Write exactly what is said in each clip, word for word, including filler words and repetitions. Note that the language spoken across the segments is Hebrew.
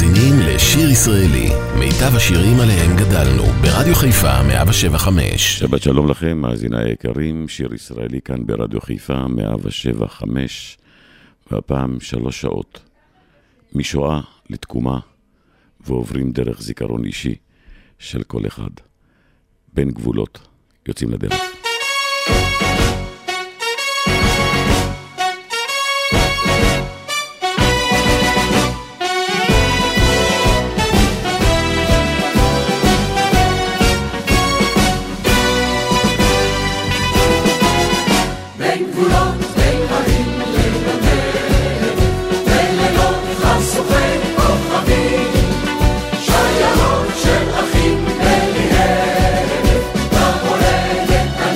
מאזינים לשיר ישראלי, מיטב השירים עליהם גדלנו, ברדיו חיפה מאה שבע חמש. שבת שלום לכם, מאזיני היקרים, שיר ישראלי כאן ברדיו חיפה מאה שבע חמש, והפעם שלוש שעות, משואה לתקומה, ועוברים דרך זיכרון אישי של כל אחד. בין גבולות, יוצאים לדרך. שיירות של אחים בליהם, במולדת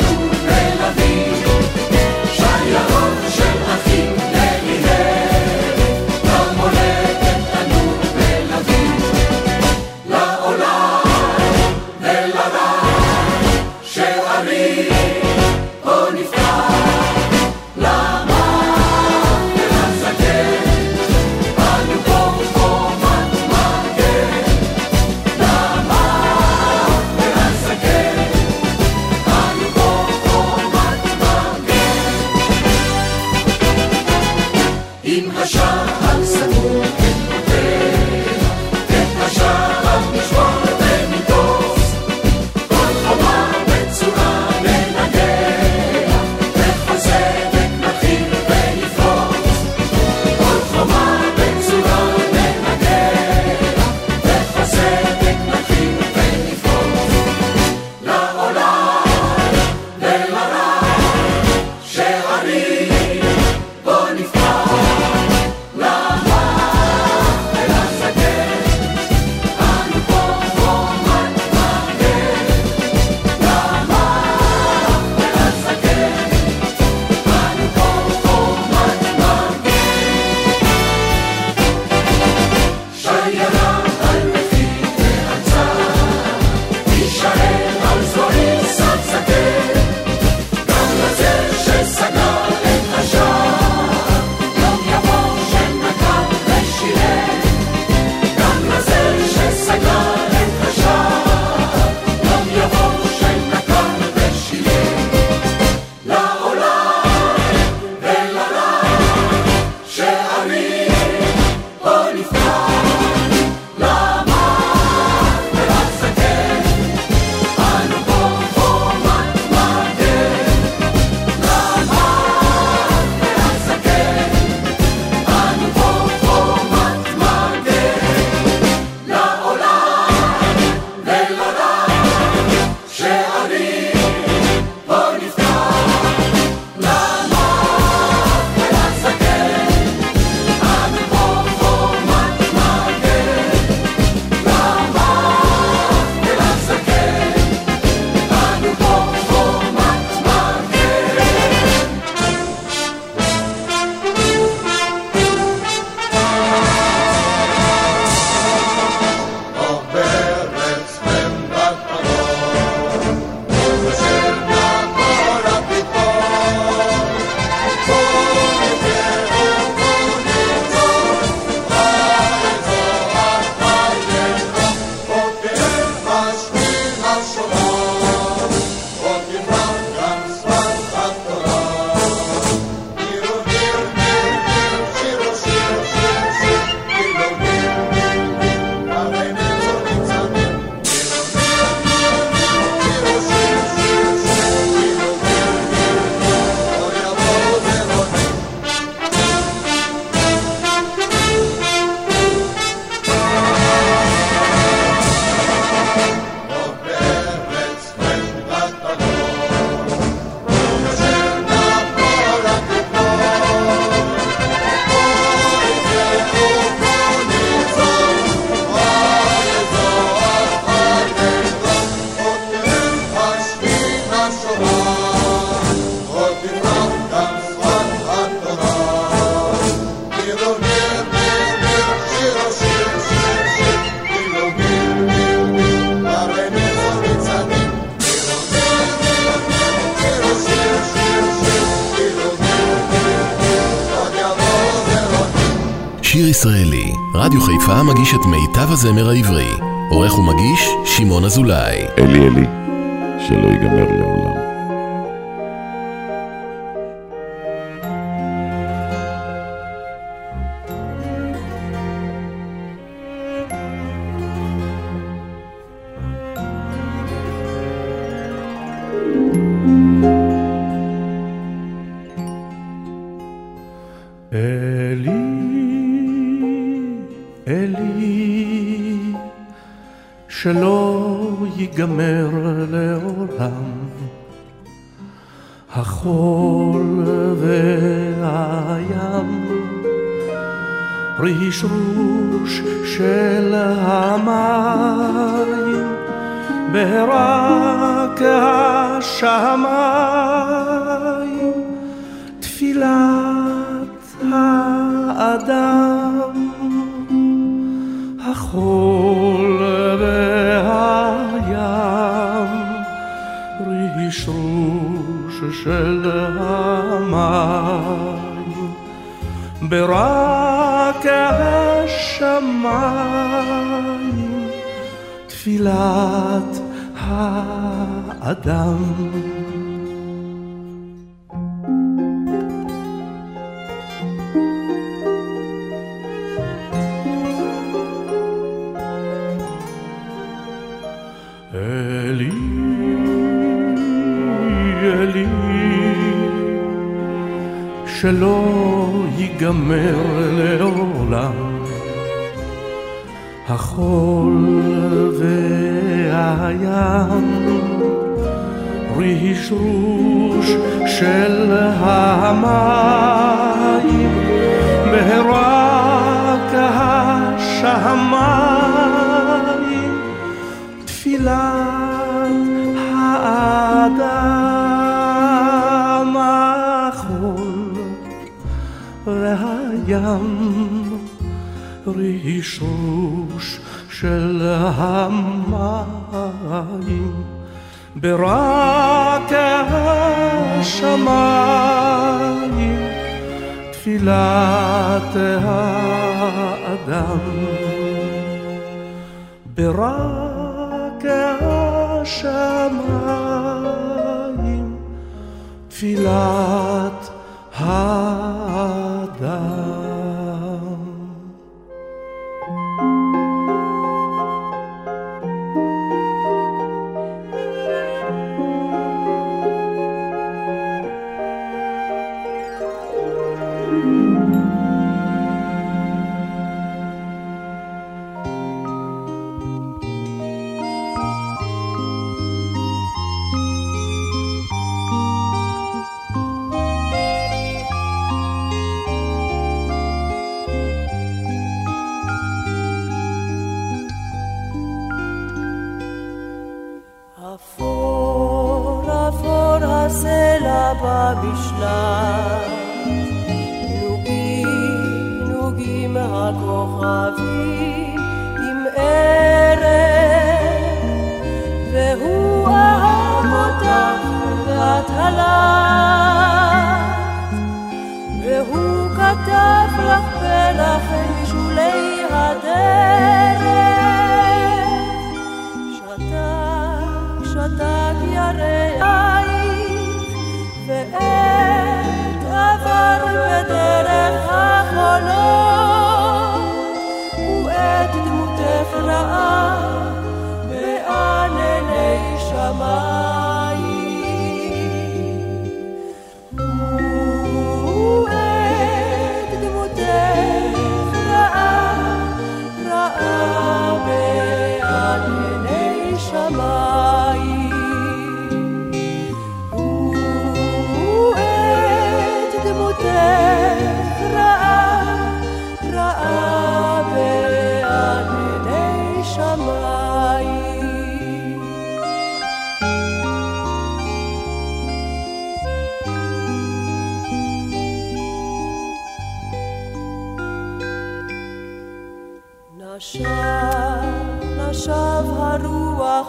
ישראלי, רדיו חיפה מגיש את מיטב הזמר העברי. עורך ומגיש שמעון אזולאי. אלי אלי, שלא ייגמר לעולם. שלא ייגמר לעולם החול והים, רשרוש של המים ברק השמיים, תפילת האדם החול והים, רשרוש של המים ברק השמיים, תפילת האדם. שלא ייגמר לעולם החול והים, רשרוש של המים ברק השמיים, תפילת האדם החול והים, רשרוש של המים ברק השמיים, תפילת האדם ברק השמיים, תפילת האדם. אפור אפור הסלע במשלט, נוגים נוגים הכוכבים עם ערב, והוא אהב אותך ואת הלכת, והוא כתב לך פרח משולי הדרך, שתק ירח ועת עבר בדרך החולות, ועת דמותך ראה בענני שמיים, ועת דמותך ראה ראה בענני שמיים, נשב, נשב הרוח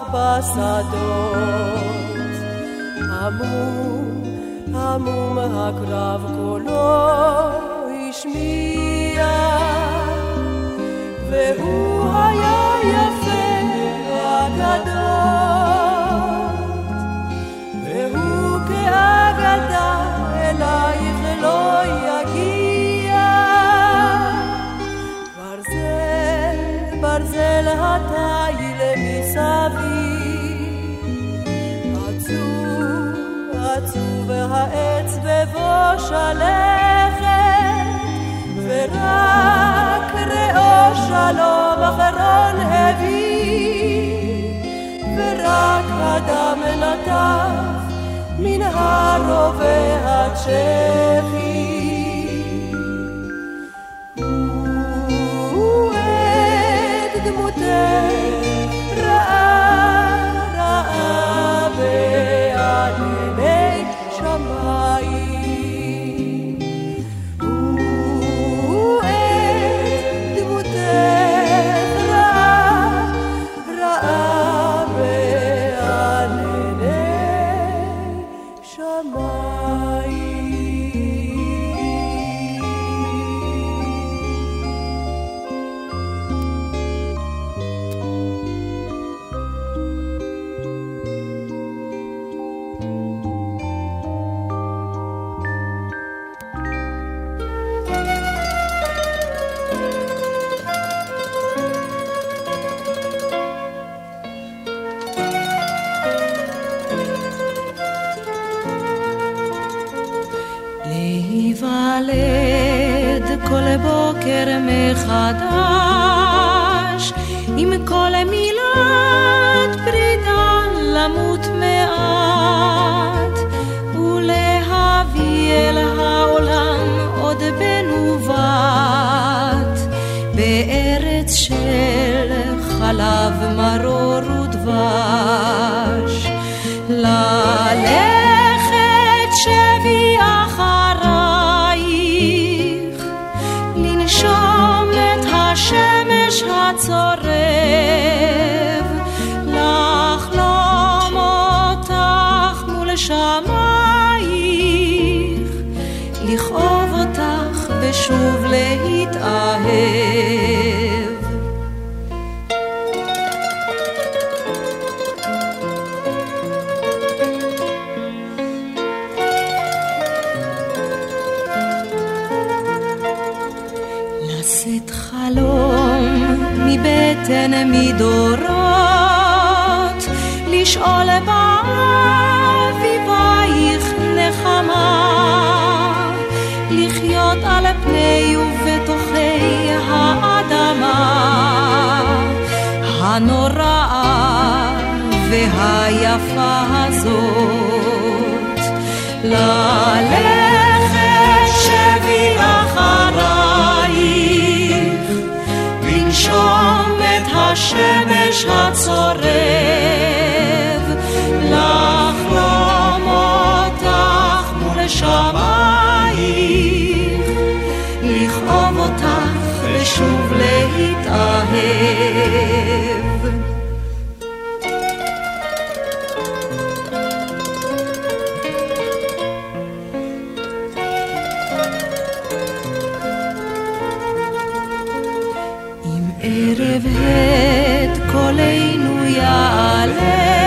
בשדות, המום, המום הקרב קולו השמיע, והוא היה יפה אגדות, והוא כאגדה אלייך לא יגיע. ברזל, ברזל התיל מסביב, עצוב, עצוב העץ בבוא שלכת, ורק ראו שלום אחרון הביא, ורק אדם נטף מן הרובה הצ'כי. הוא את דמותך ראה, ראה בענני שמיים. הוא את דמותך ראה, ראה בענני שמיים. להיוולד כל בוקר מחדש, עם כל מילת פרידה למות מעט, ולהביא אל העולם עוד בן ובת, בארץ של חלב מרור ודבש. ללכת שבי אחרייך, לנשום את השמש הצורב, לחלום אותך מול שמייך, לכאוב אותך ושוב להתאהב. לשאת חלום מבטן מדורות, לשאול באביבייך נחמה, לחיות על פני ובתוכי האדמה הנוראה והיפה הזאת. ללכת שבי אחרייך, לנשום את השמש הצורב, לחלום אותך מול שמייך, לכאוב אותך ושוב להתאהב. ערב הד קולנו יעלה,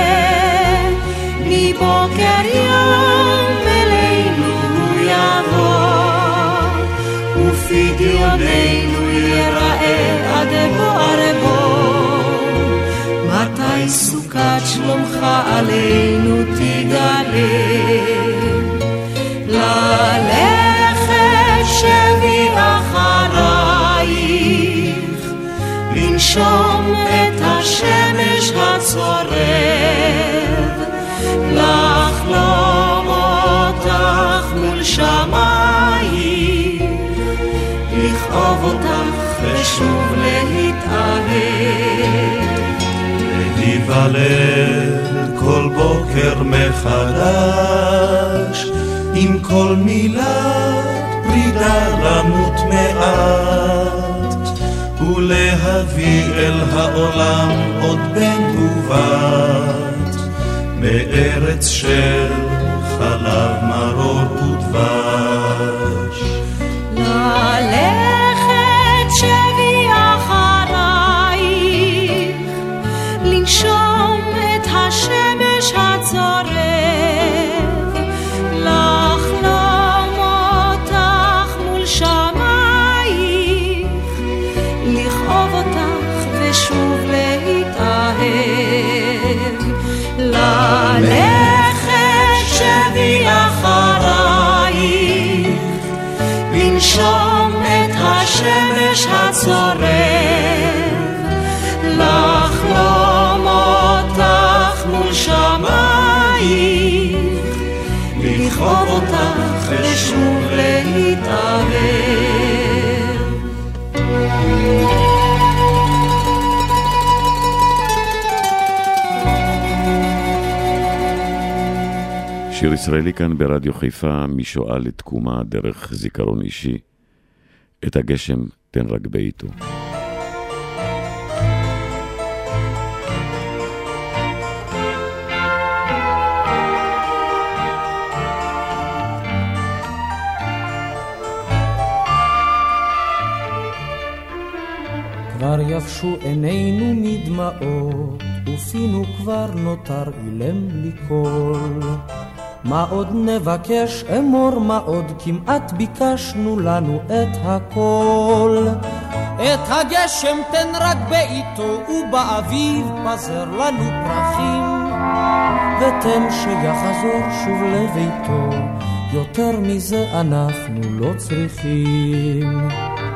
מבוקר יום אלינו יבוא, ופדיוננו ייראה עד בוער בוא. מתי סוכת שלומך עלינו תגלה, ללכת שבי אחרייך, לנשום את השמש הצורב, לחלום אותך מול שמייך, לכאוב אותך ושוב להתאהב. להיוולד כל בוקר מחדש, עם כל מילת פרידה למות מעט, ולהביא אל העולם עוד בן ובת, בארץ של חלב מרור ודבש. ללכת שבי אחרייך, ושוב להתאהב. שיר ישראלי כאן ברדיו חיפה, משואה לתקומה דרך זיכרון אישי. את הגשם תן רק בעיתו. כבר יבשו עינינו מדמעות, ופינו כבר נותר אילם לי קול. מה עוד נבקש אמור, מה עוד כמעט ביקשנו לנו את הכל. את הגשם תן רק בעיתו, ובאביב פזר לנו פרחים, ותן שיחזור שוב לביתו, יותר מזה אנחנו לא צריכים.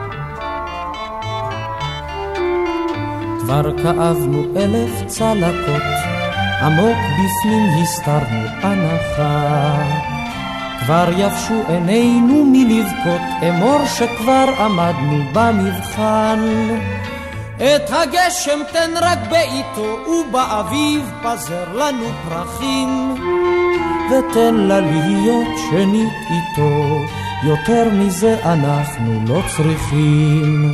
כבר כאבנו אלף צלקות, עמוק בפנים הסתרנו הנחה. כבר יבשו עינינו מלבכות, אמור שכבר עמדנו במבחן. את הגשם תן רק בעיתו, ובאביב פזר לנו פרחים, ותן לה להיות שנית איתו, יותר מזה אנחנו לא צריכים.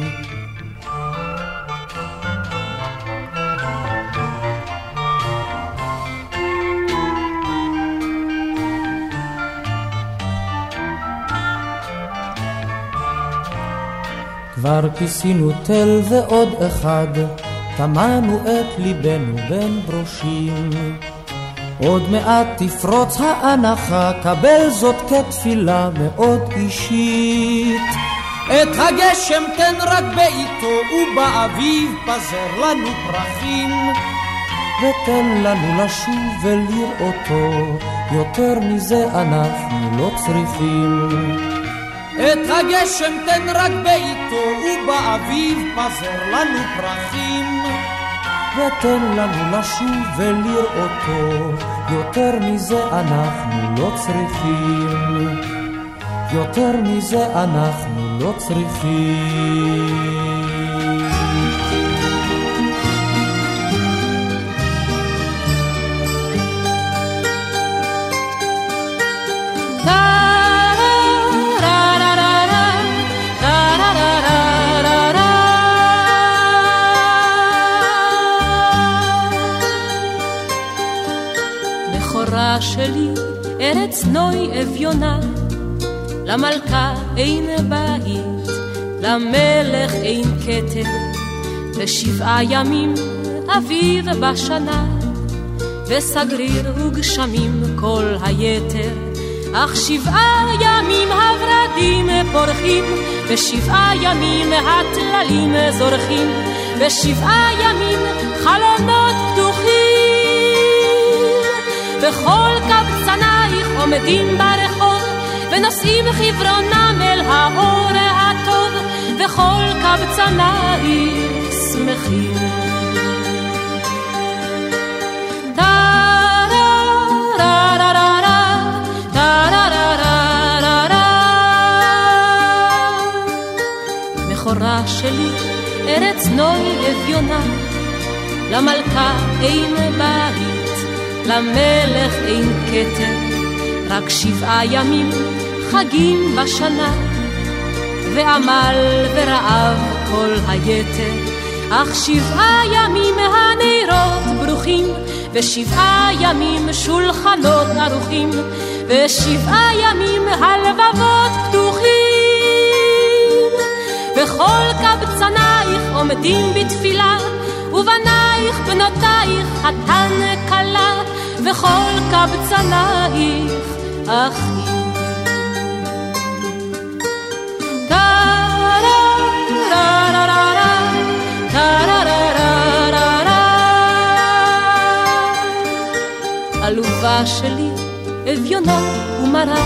כבר כיסינו תל ועוד אחד, טמנו את ליבנו בין ברושים. עוד מעט תפרוץ האנחה, קבל זאת כתפילה מאוד אישית. את הגשם תן רק בעיתו, ובאביב פזר לנו פרחים, ותן לנו לשוב ולראותו, יותר מזה אנחנו לא צריכים. את הגשם תן רק בעיתו, ובאביב פזר לנו פרחים, ותן לנו לשוב ולראותו, יותר מזה אנחנו לא צריכים. יותר מזה אנחנו לא צריכים. שלי ארץ נוי אביונה, למלכה אין בית, למלך אין כתר, ושבעה ימים אביב בשנה, וסגריר וגשמים כל היתר. אך שבעה ימים הורדים פורחים, ושבעה ימים הטללים זורחים, ושבעה ימים חלונות פתוחים. וכל קבצנייך עומדים ברחוב, ונושאים חברונם אל האור הטוב, וכל קבצנייך שמחים. מכורה שלי ארץ נוי אביונה, למלכה אין בית, למלך אין כתר, רק שבעה ימים חגים בשנה, ועמל ורעב כל היתר. אך שבעה ימים הנרות ברוכים, ושבעה ימים שולחנות ערוכים, ושבעה ימים הלבבות פתוחים. וכל קבצנייך עומדים בתפילה, ובנייך בנותייך חתן כלה, וכל קבצנייך אחים. עלובה שלי אביונה ומרה,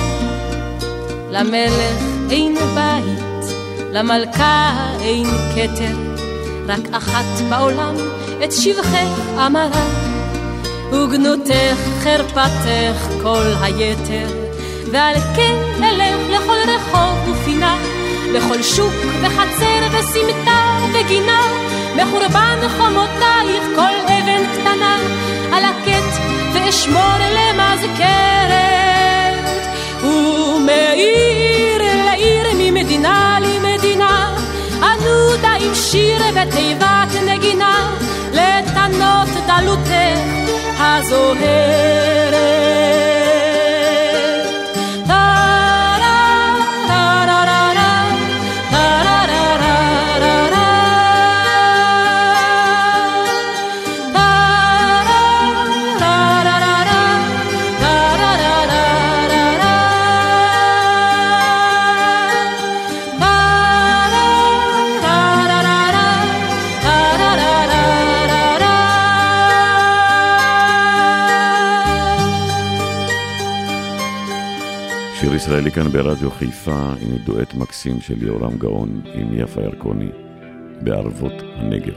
למלך אין בית, למלכה אין כתר, רק אחת בעולם את שבחך אמרה, וגנותך חרפתך כל היתר. ועל כן אלך לכל רחוב ופינה, לכל שוק וחצר וסמטה וגינה, מחורבן חומותייך כל אבן קטנה, על הקט ואשמור למזכרת, ומעיר לעיר ממדינה למדינה, ענודה עם שיר ותיבת נגינה, לתנות דלותך הזוהרת. שיר ישראלי כאן ברדיו חיפה, עם דואט מקסים של יורם גאון עם יפה ירקוני בערבות הנגב.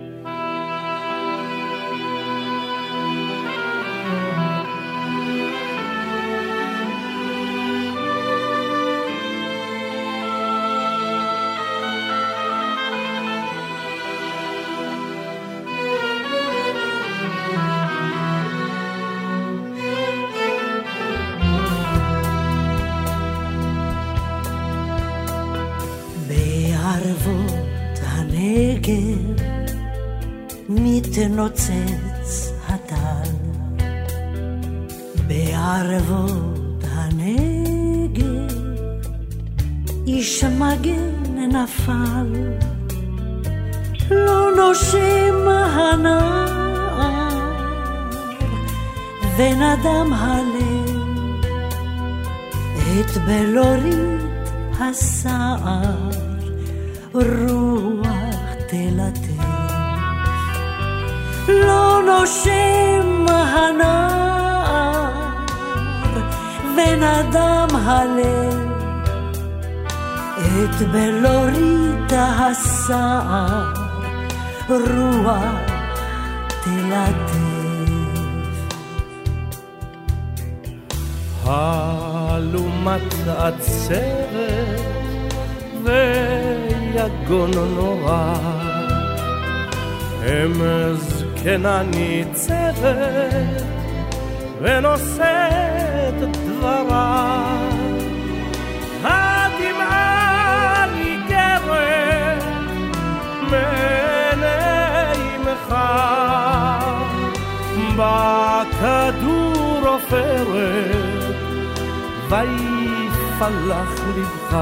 נוצץ הטל בערבות הנגב, איש מגן נפל, לא נושם הנער ונדם הלב, את בלורית הסער רוח תלטף, לא נושם הנער ונדם הלב, את בלורית הסער רוח תלטף. הלומת עצרת ויגון נורא, הם זקנה ניצבת ונושאת דברה, הדמעה ניגרת מעיני מחר, בכדור עופרת ויפלח לבך.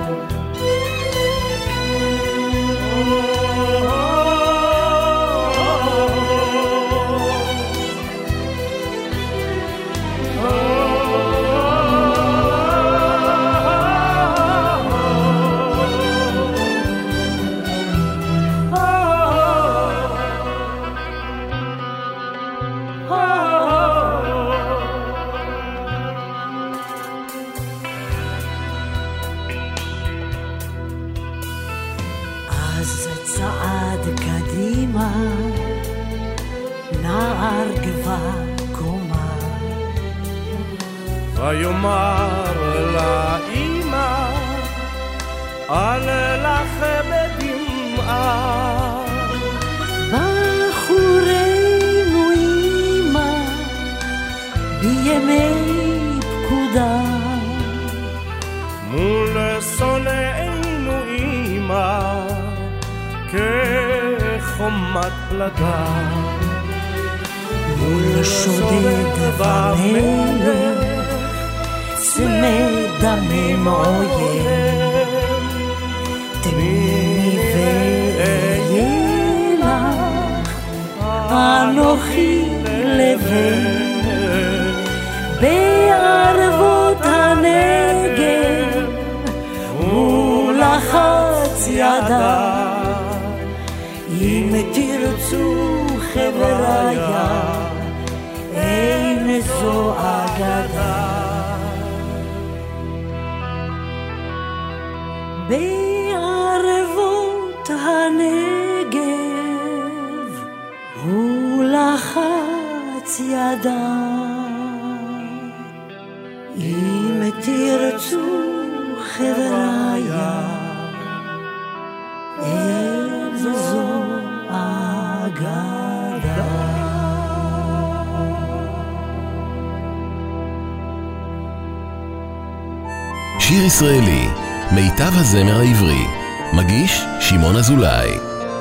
ויאמר לאמא, אל לך בדמעה, בחורנו אמא בימי פקודה, מול שונאינו אמא כחומת פלדה, מול שודד ומלך מדמם עוין, תני ואהיה לך אנוכי לבן, בערבות הנגב ולחץ ידה, אם תרצו חבריה אין זו אגדה. בערבות הנגב ולחץ ידה, אם תרצו חבריה, איזו אגדה. שיר ישראלי, מיטב הזמר העברי, מגיש שמעון אזולאי.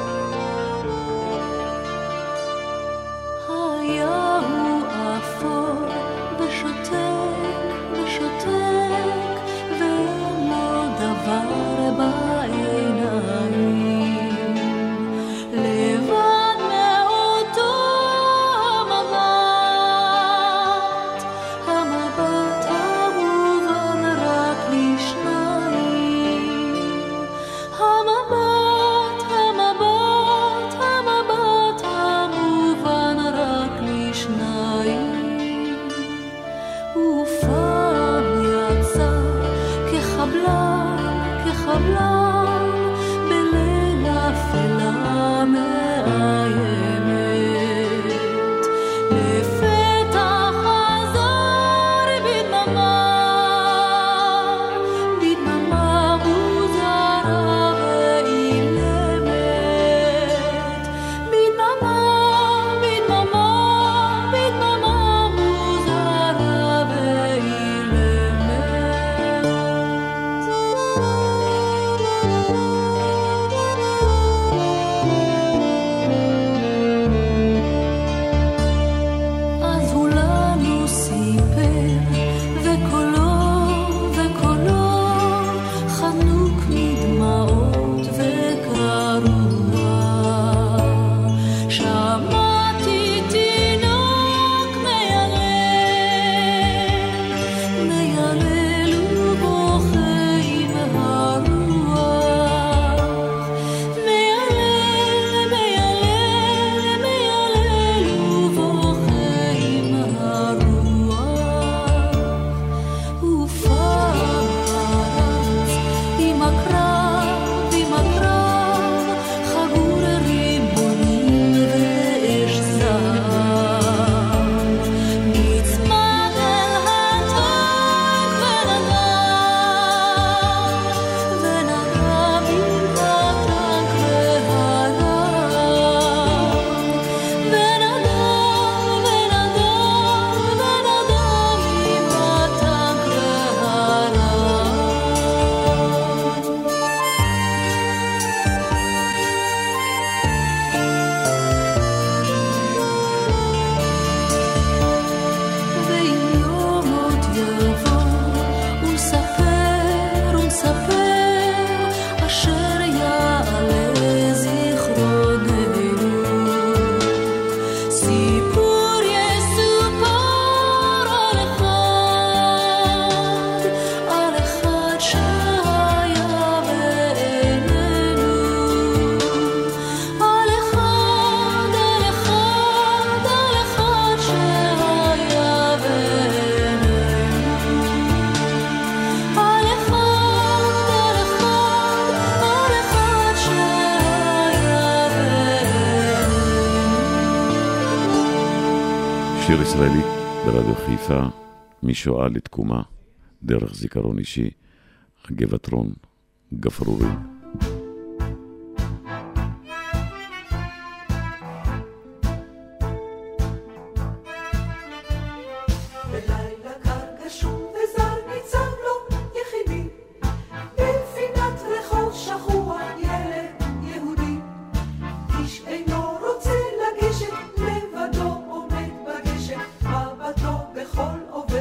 שיר ישראלי ברדיו חיפה, משואה לתקומה, דרך זיכרון אישי, הגבעתרון, גפרורים.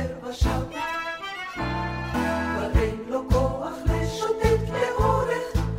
אבל אין לו כוח לשוטט לאורך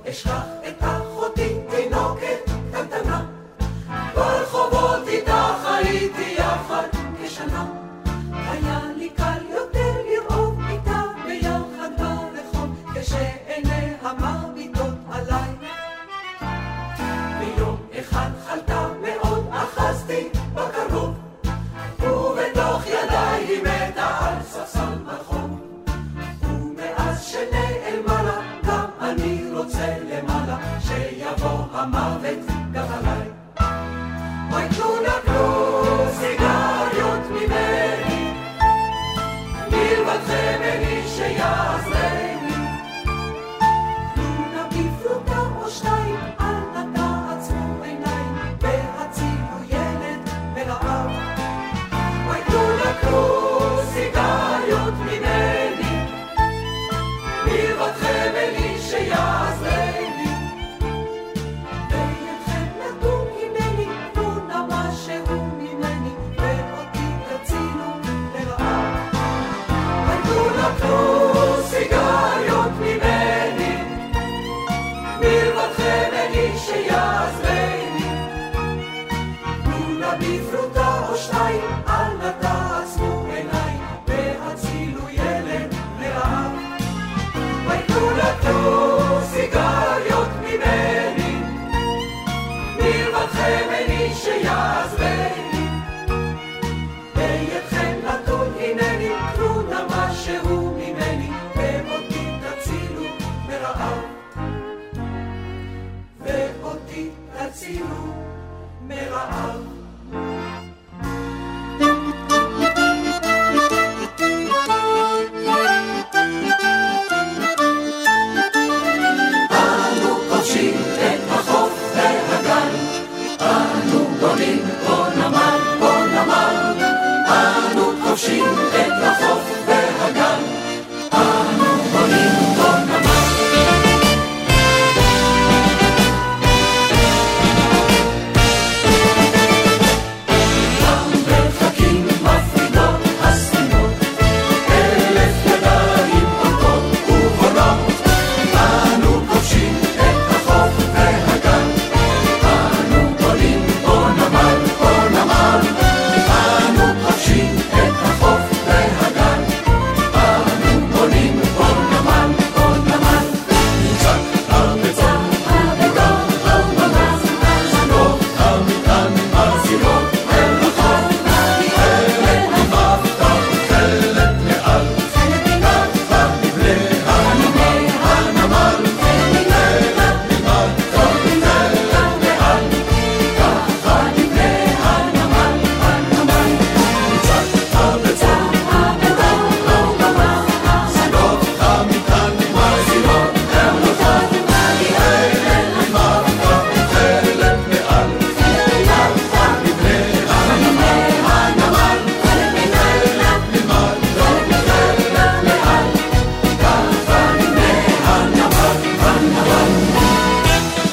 אשכח את אחותי תינוקת קטנה, ברחובות איתך הייתי יחד כשנה. היה לי קל יותר לראות איתה ביחד ברחוב, כשעיניה מביטות עליי. ביום אחד חלתה מאוד, אחזתי בקרוב, ובתוך ידיי היא מתה על ספסל ברחוב. ומאז שנעלמה לה, גם אני רוצה למעלה, שיבוא המוות גם עליי. אוי תנו נקלו סיגריות ממני, מלבדכם איני שיעזרני. תנו נא בפרוטה או שתיים, אל נא תעצמו עיניים, והצילו ילד ברעב. אוי תנו נקלו סיגריות ממני, מלבדכם איני שיעזרני. בידכם נתון ממני, תנו נא משהו ממני, ואותי תצילו לרעב. אוי תנו נקלו סיגריות ממני, מלבדכם איני שיעזרני. תנו נא בפרוטה או שתיים, אל נא תעצמו עיניים, והצילו ילד לרעב. אוי תנו נקלו סיגריות ממני, מלבדכם איני שיעזרני. בידכם נתון הנני, תנו נא משהו ממני, ואותי תצילו מרעב. ואותי תצילו מרעב. אנו כובשים את החוף והגן, אנו בונים פה נמל, פה נמל. אנו כובשים את החוף והגן, אנו בונים פה נמל. המרחקים מפרידות הספינות, אלף ידיים עומדות ובונות. אנו כובשים את החוף והגן, אנו בונים פה נמל, פה נמל. אנו כובשים את החוף והגן, אנו בונים פה נמל, פה נמל. מוצק הבצון, הבגון, הממז, זנות המטען, הזירות אל החוף, חלק ממבטח, חלק מעל, ככה נבנה הנמל, הנמל. חלק ממבטח, חלק מעל, ככה נבנה הנמל, הנמל. מוצק הבצון, הבגון, הממז, זנות המטען, הזירות אל החוף, חלק ממבטח, חלק מעל, ככה נבנה הנמל, הנמל. חלק ממבטח, חלק מעל, ככה נבנה הנמל, הנמל.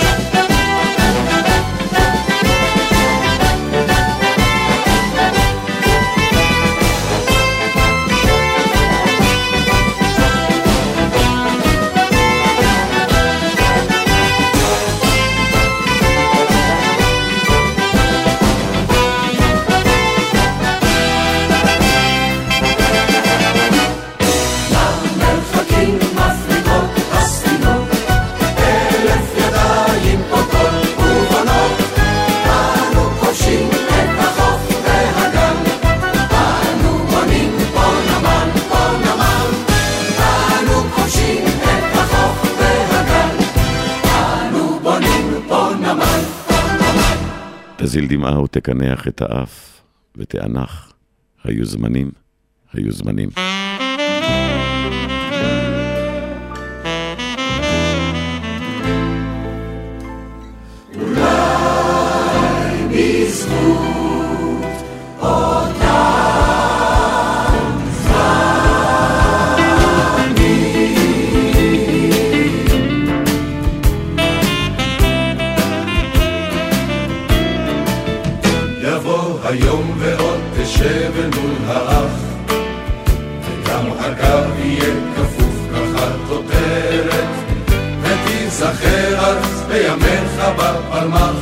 למרחקים מפרידות הספינות, אלף ידיים עומדות ובונות. אנו כובשים את החוף והגן, אנו בונים פה נמל, פה נמל. אנו כובשים את החוף והגן, אנו בונים פה נמל, פה נמל. תזיל דמעה ותקנח את האף ותענח. היו זמנים, היו זמנים. אולי בזכות אותם זמנים, יבוא היום ועוד תשב אל מול האף, וגם הקו יהיה כפוף ככה תותרת, ותזכור תיזכר אז בימיך בפלמח,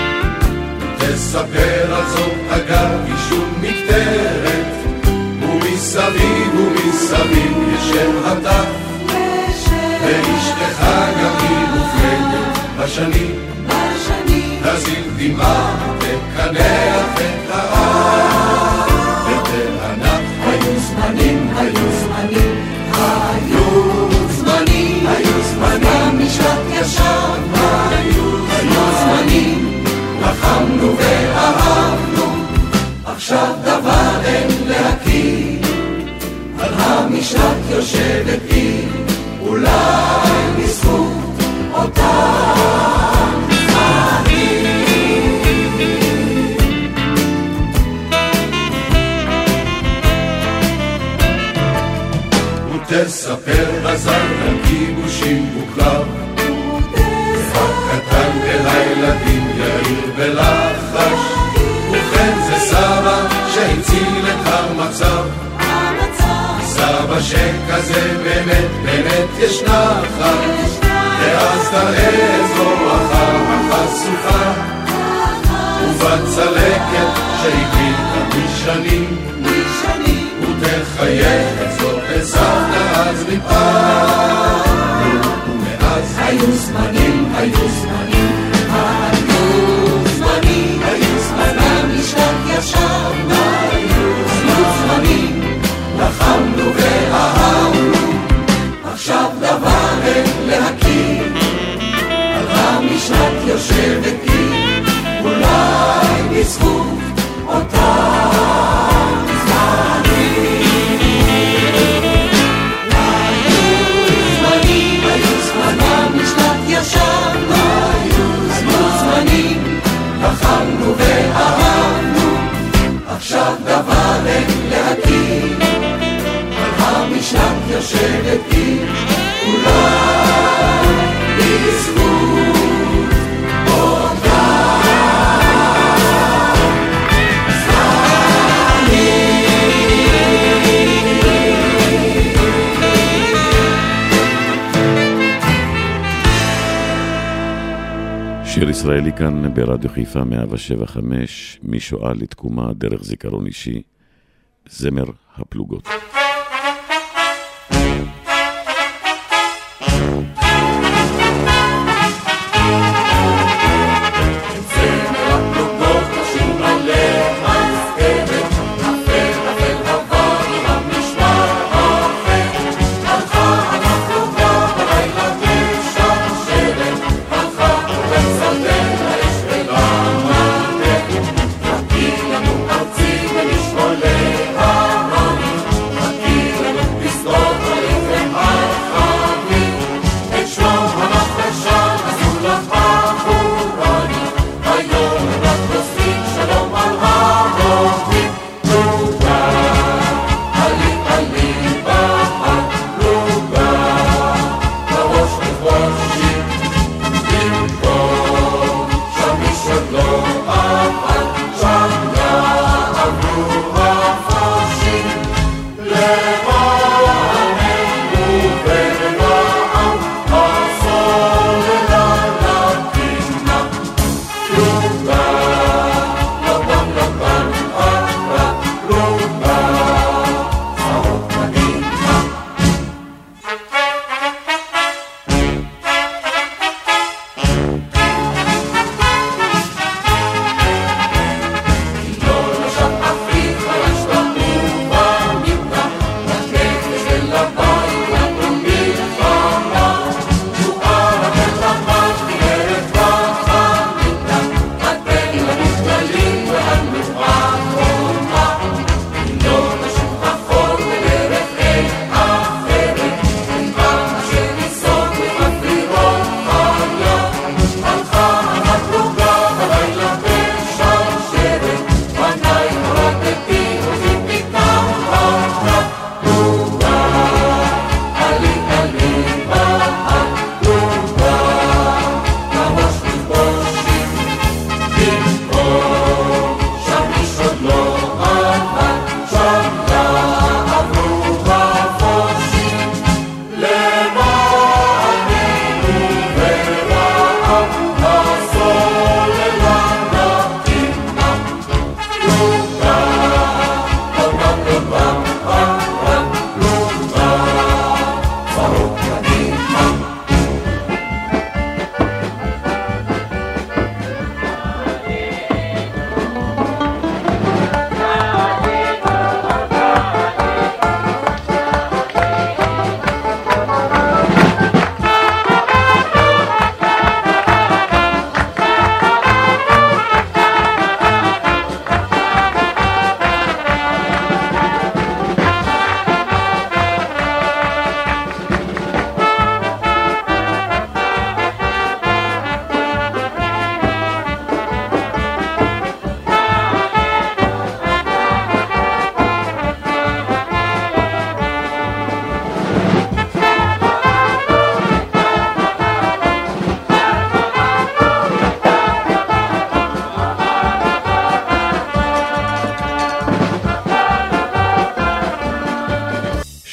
תספר על זאת אגב אישום מקטרת, ומסביב ומסביב ישב התח, ואשתך גם היא מופלגת בשנים, תזיל דמעה וקנח את העם, ותענך היו זמנים, היו זמנים, היו זמנים, היו זמנים, משלט ישר, היו זמנים, לחמנו ואהבנו, עכשיו דבר אין להכיר, על המשלט יושבת עיר, אולי בזכות אותם זמנים. ותספר בזל על כיבושים וקלב, הקטן אל הילדים יאיר בלחש, וכן זה סבא שהציל את המצב, סבא שכזה באמת באמת יש נחש, ואז תראה זרועך החשופה, ובצלקת שהגלית משנים, ותחייך את זאת לסבתא אז מפעם, ומאז היו זמנים, היו זמנים, היו זמנים, היו זמנים, משלט ישר, היו זמנים, לחמנו ואהבנו, עכשיו דבר אין להכיר, על המשלט יושבת עיר, אולי בזכות אותם זמנים. היו זמנים, היו זמנים, משלט ישר, היו זמנים, לחמנו ואהבנו, עכשיו דבר אין להכיר, המשלט יושבת עיר, אולי בזכות אותם זמנים. שיר ישראלי כאן ברדיו חיפה מאה שבע חמש, משואה לתקומה דרך זיכרון אישי, זמר הפלוגות.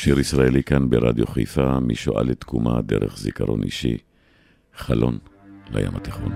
שיר ישראלי כאן ברדיו חיפה, משואה לתקומה דרך זיכרון אישי, חלון לים התיכון.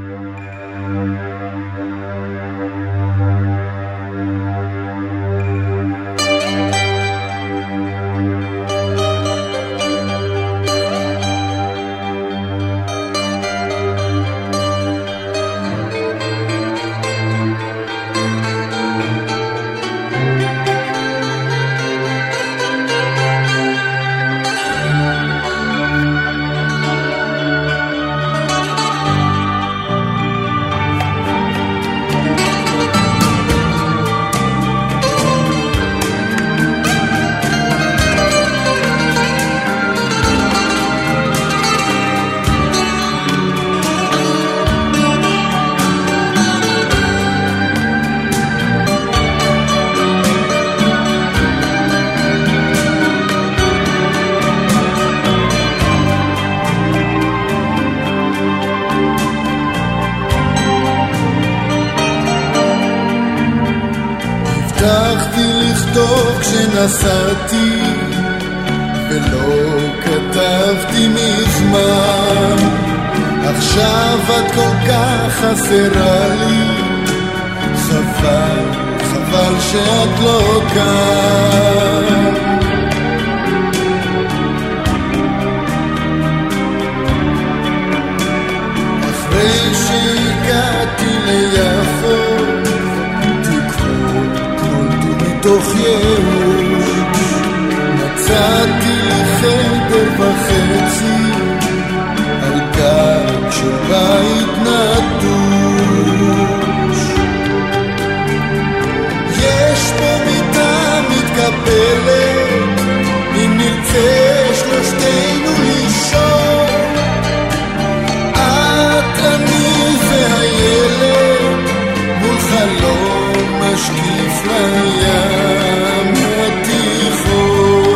נסעתי ולא כתבתי מזמן, עכשיו את כל כך חסרה לי, חבל, חבל שאת לא כאן. אחרי שהגעתי ליפו תקוות נולדו מתוך ייאוש, מצאתי לי חדר וחצי על גג של בית נטוש. יש פה מיטה מתקפלת, אם נרצה שלושתנו לישון, את, אני והילד מול חלום משקיף לים התיכון.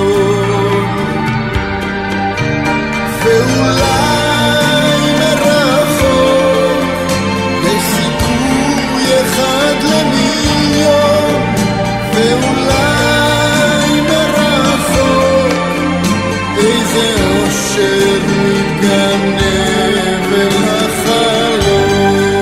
ואולי מרחוק יש סיכוי אחד למיליון, ואולי מרחוק איזה אושר מתגנב אל החלום.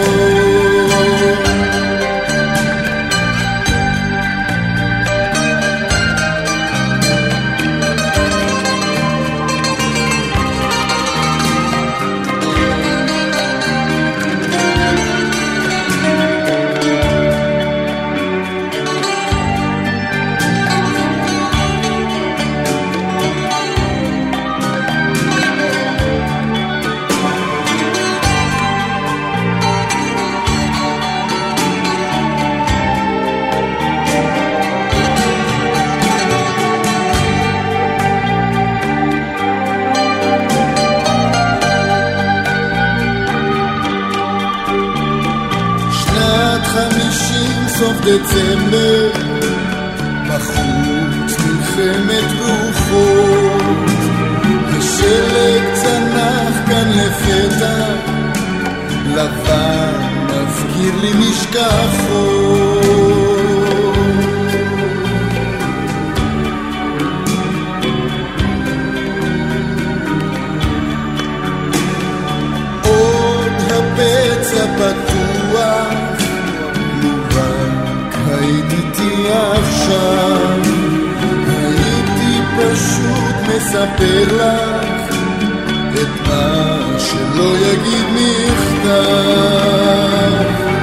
דצמבר בחוץ מלחמת רוחות, השלג צנח כאן לפתע, לבן מזכיר לי משכחות. עוד הפצע פתוח, הייתי עכשיו, הייתי פשוט מספר לך את מה שלא יגיד מכתב.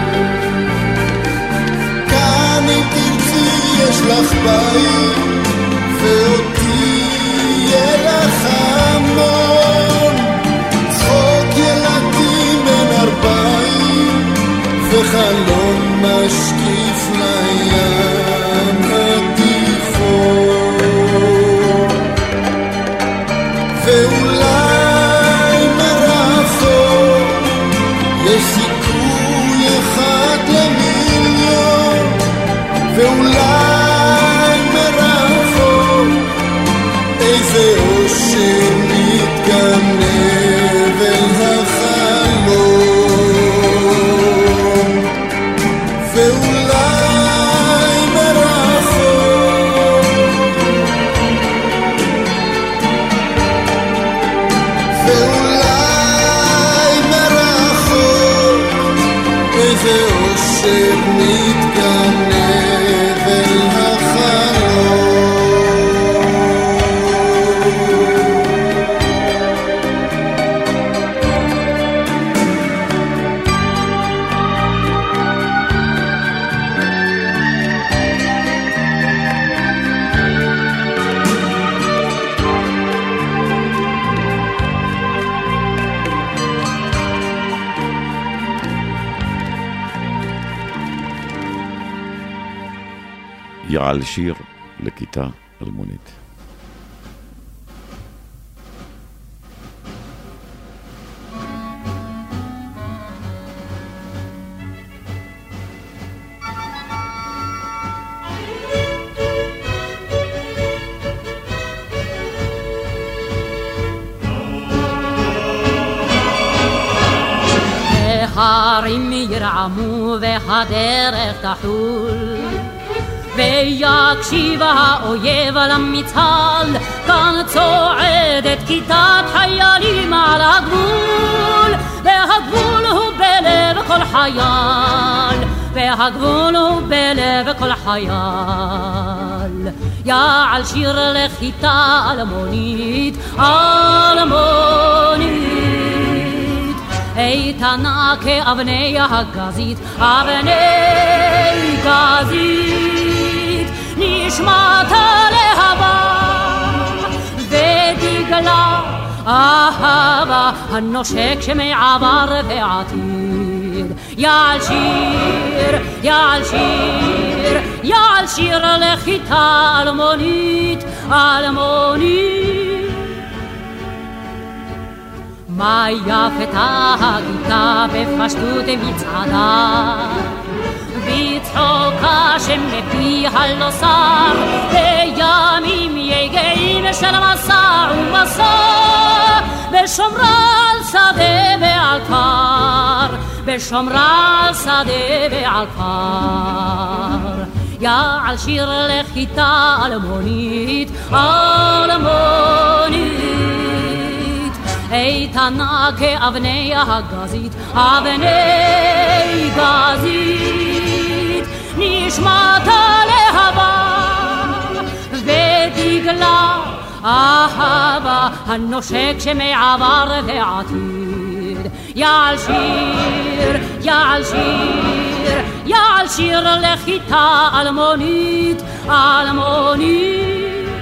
כאן אם תרצי יש לך בית, ואותי יהיה לך המון, צחוק ילדים בין ארבעים וחלון משקיף לים התיכון. ואולי מרחוק יש סיכוי אחד למיליון, ואולי מרחוק איזה אושר מתגנב אל החלום. ואולי יעל שיר לכיתה אלמונית. ההרים ירעמו והדרך תחול ויקשיב האויב למצהל כאן צועדת כיתת חיילים על הגבול והגבול הוא בלב כל חייל והגבול הוא בלב כל חייל יעל שיר לכיתה אלמונית אלמונית איתנה כאבני הגזית, אבני גזית, נשמת הלהבה ודגלה אהבה הנושק שמעבר ועתיד. יעל שיר, יעל שיר, יעל שיר לכיתה אלמונית, אלמונית. מה יפתה הכיתה בפשטות מצעדה בצחוקה שמפיה לא שר בימים יגעים של מסע ומסע בשומרה על שדה ועל כר בשומרה על שדה ועל כר. יעל שיר לכיתה אלמונית אלמונית איתנה כאבני הגזית, אבני גזית, נשמת הלהבה ודגלה אהבה הנושק שמעבר ועתיד. יעל שיר, יעל שיר, יעל שיר לכיתה אלמונית, אלמונית.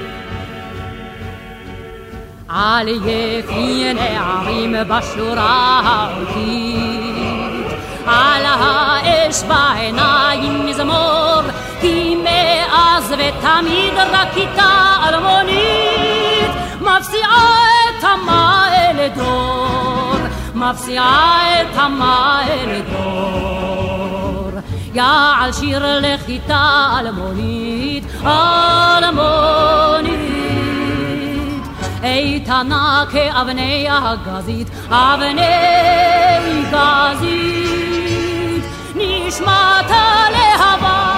על יפי נערים בשורה העולית, על האש בעיניים מזמור, כי מאז ותמיד רק כיתה אלמונית מפסיעה את עמה אל דור, מפסיעה את עמה אל דור. יעל שיר לכיתה אלמונית, אלמונית איתנה כאבני הגזית, אבני גזית, נשמת הלהבה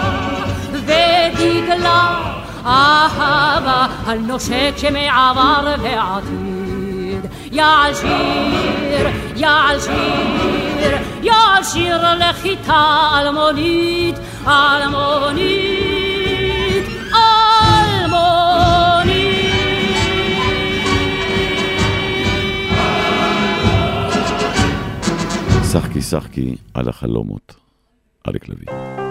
ודגלה אהבה הנושק שמעבר ועתיד. יעל שיר, יעל שיר, יעל שיר לכיתה אלמונית, אלמונית, אלמונית. שחקי שחקי על החלומות, אריק לוי.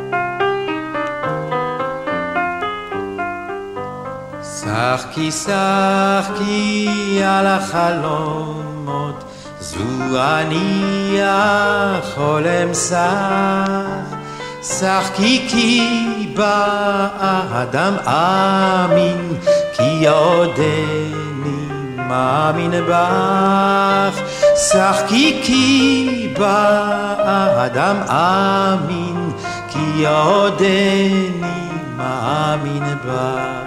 שחקי שחקי על החלומות, זו אני החולם שח. שחקי כי באדם אמין, כי עודני מאמין בך. שחקי כי באדם אמין, כי עודני מאמין בך.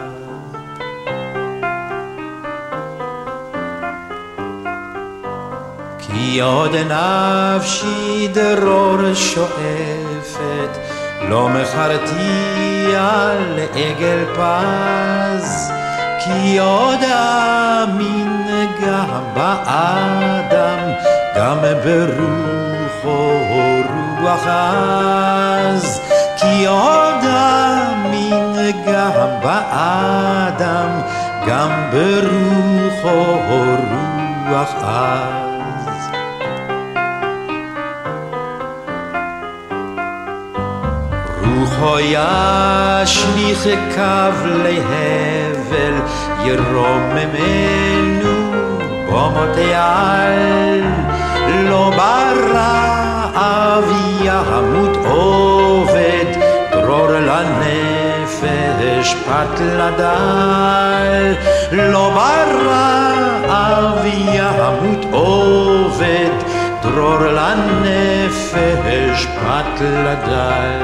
כי עוד נפשי דרור שואפת, לא מכרתי על עגל פז. כי עוד אמין גם באדם, גם ברוחו רוח עז. כי עוד אמין גם באדם, גם ברוחו רוח עז. רוחו ישליך קו להבל, ירוממנו במותי על. לא ברעב ימות עובד, דרור לנפש לדל, לא ברעב ימות עובד, דרור לנפש פת לדל.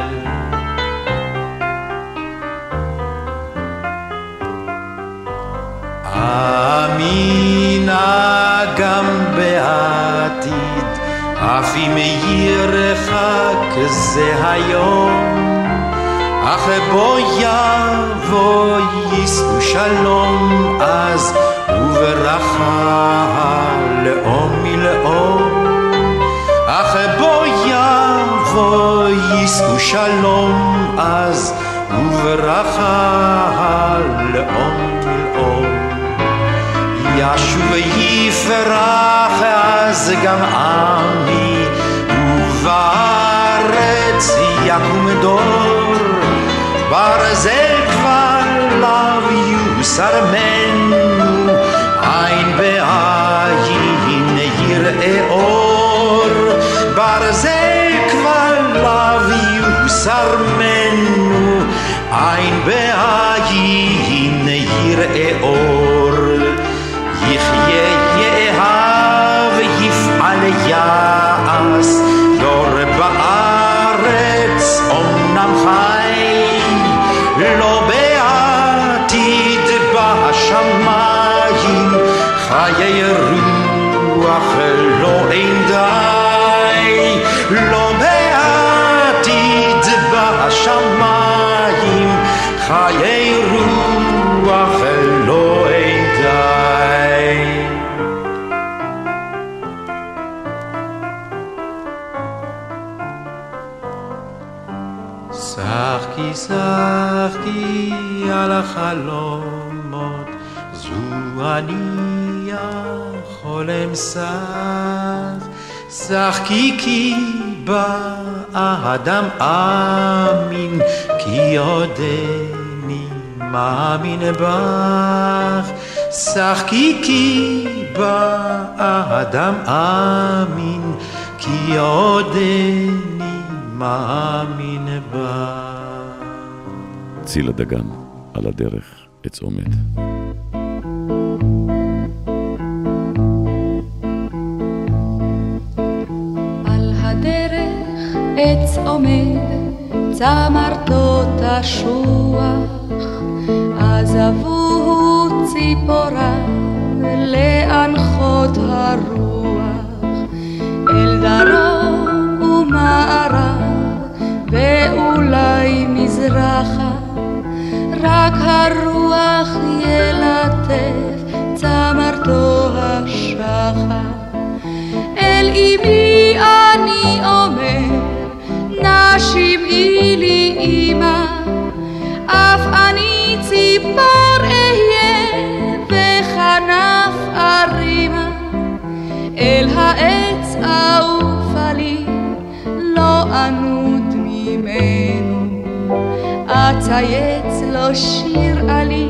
אמינה גם בעתיד, אף אם ירחק זה היום, אך בו יבוא יישאו שלום אז, וברכה לאום מלאום. אך בו יבוא יישאו שלום אז, וברכה לאום מלאום. ישוב יפרח אז גם עמי, ובארץ יקום דור, ברזל כבר לאו יוסר מנו, עין בעין יראה אור. ברזל כבר לאו יוסר מנו, עין בעין יראה אור. יחיה יאהב יפעל יעש, דור בארץ אומנם חי, לא בעתיד בשמיים, חיי רוח לא אין די. לא בעתיד בשמיים, חיי רוח לא אין די. שחקי שחקי על החלומות, זו אני החולם שח. שחקי כי באדם אמין, כי עודני מאמין בך. שחקי כי באדם אמין, כי עודני מאמין בך. צילה דגן, על הדרך עץ עומד. על הדרך עץ עומד, צמרתו תשוח, עזבוהו ציפוריו להנחות הרוח, אל דרום ומערב ואולי מזרחה, רק הרוח ילטף צמרתו השחר. אל אמי אני אומר, נשימי לי אמא, אף אני ציפור אהיה וכנף ארימה. אל העץ אעופה לי, לא אנוד ממנו, אצייץ לו שיר עליז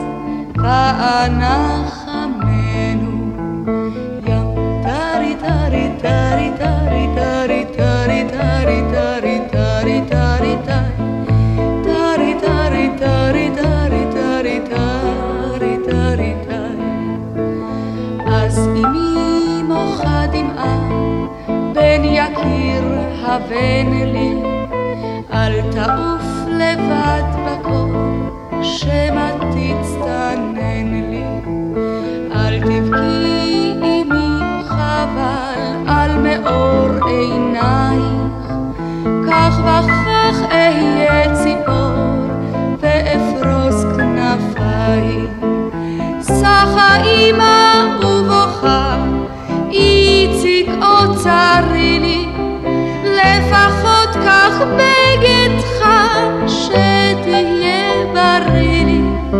ואנחמנו. ים טרי טרי טרי טרי טרי טרי טרי טרי טרי טרי טרי טרי טרי טרי טרי טרי טרי טרי. אז אמי מוחה דמעה, בן יקיר הבן לי, אל תעוף לבד בכל, שמא תצטנן לי. אל תבכי אמי חבל על מאור עינייך, כך וכך אהיה ציפור ואפרוס כנפיים. שחה אמא ובוכה, איציק אוצרי לי, לפחות כך בגדך שתהיה בריא לי.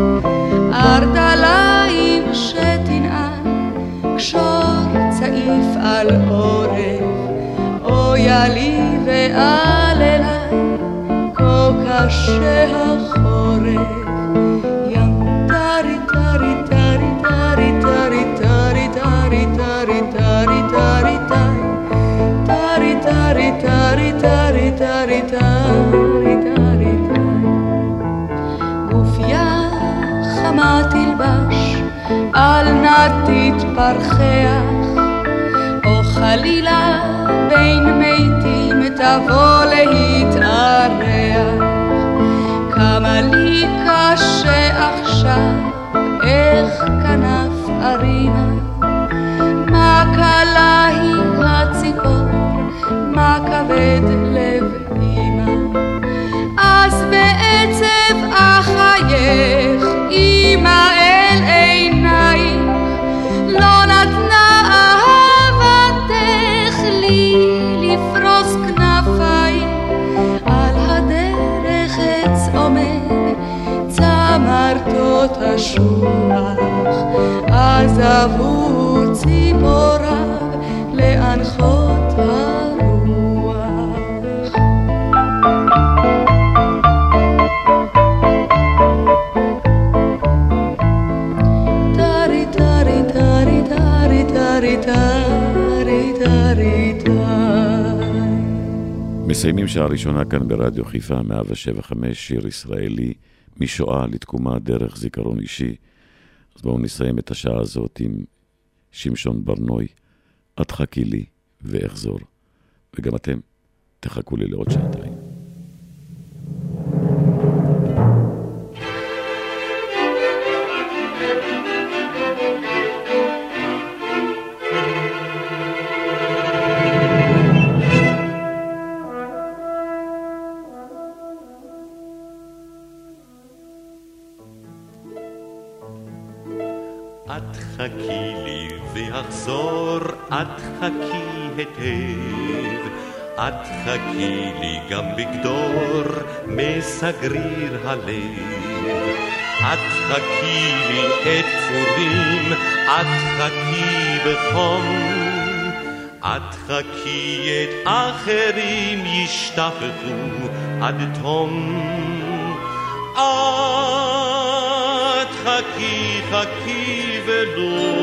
ארדליים שתנען, קשור צעיף על עורף, אויה לי ועל אליי, כה קשה החורף. ים טרי טרי טרי טרי טרי טרי טרי טרי טרי טרי טרי טרי טרי טרי טרי טרי טרי. גוף ים אל נא תתפרחח, או חלילה בין מתים תבוא להתארח. כמה לי קשה עכשיו, איך כנף ארינה, מה קלה היא הציפור, מה כבד לב אמא. אז בעצב אחייך אמא אל עינייך, לא נתנה אהבתך לי לפרוס כנפיים. על הדרך עץ עומד צמרתו תשוח, עזבו ציפוריו להנחות הרוח. טרי טרי טרי טרי טרי טרי טרי טרי. מסיימים שעה ראשונה כאן ברדיו חיפה מאה שבע חמש, שיר ישראלי משואה לתקומה דרך זיכרון אישי. אז בואו נסיים את השעה הזאת עם שמשון ברנוי, את חכי לי ואחזור, וגם אתם תחכו לי לעוד שעתיים. את חכי לי ואחזור, את חכי היטב, את חכי לי גם בגדור מסגריר הלב. את חכי לי את פורים, את חכי בחום, את חכי את אחרים ישתחררו עד תום. את חכי חכי ולא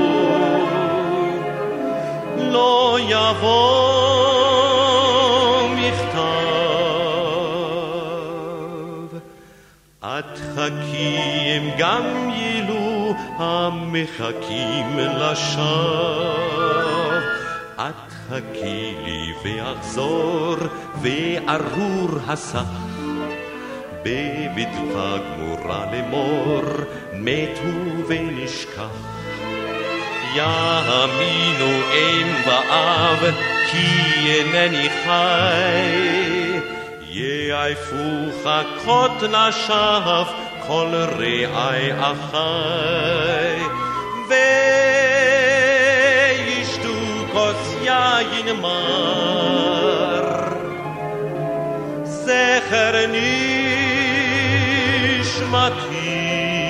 לא יבוא מכתב. את חכי הם גם ילו המחכים לשווא. את חכי לי ואחזור וארור הסך, בבטחה גמורה לאמור מתו ונשכח. יאמינו אם ואב כי אינני חי, יעפו חכות לשווא כל רעי אחי. וישתו כוס יין מר, זכר נשמתי.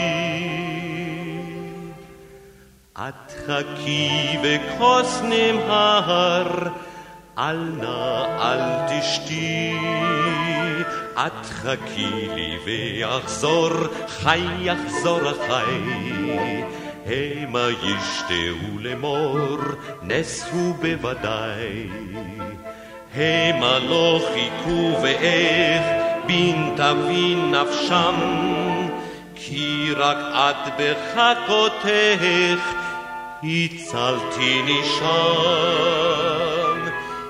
את חכי בכוס נמהר, אל נא אל תשתי. את חכי לי ואחזור, חי יחזור החי. המה ישתהו לאמור, נסו בוודאי. המה לא חיכו ואיך, בין תבין נפשם, כי רק את בחכותך הצלתי נשם.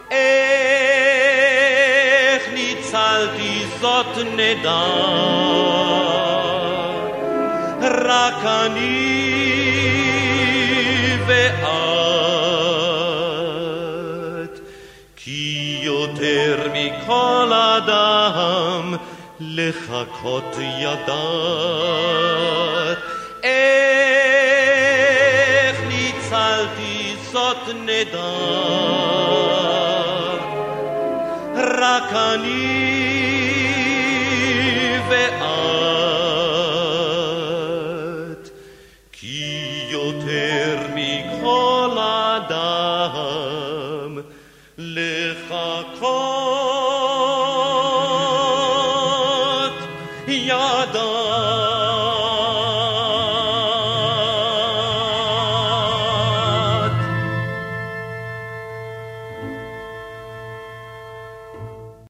איך ניצלתי זאת נדע, רק אני ואת, כי יותר מכל אדם לחכות ידעת. איך ניצלתי זאת נדע, רק אני ואת, כי יותר מכל אדם לחכות ידעת.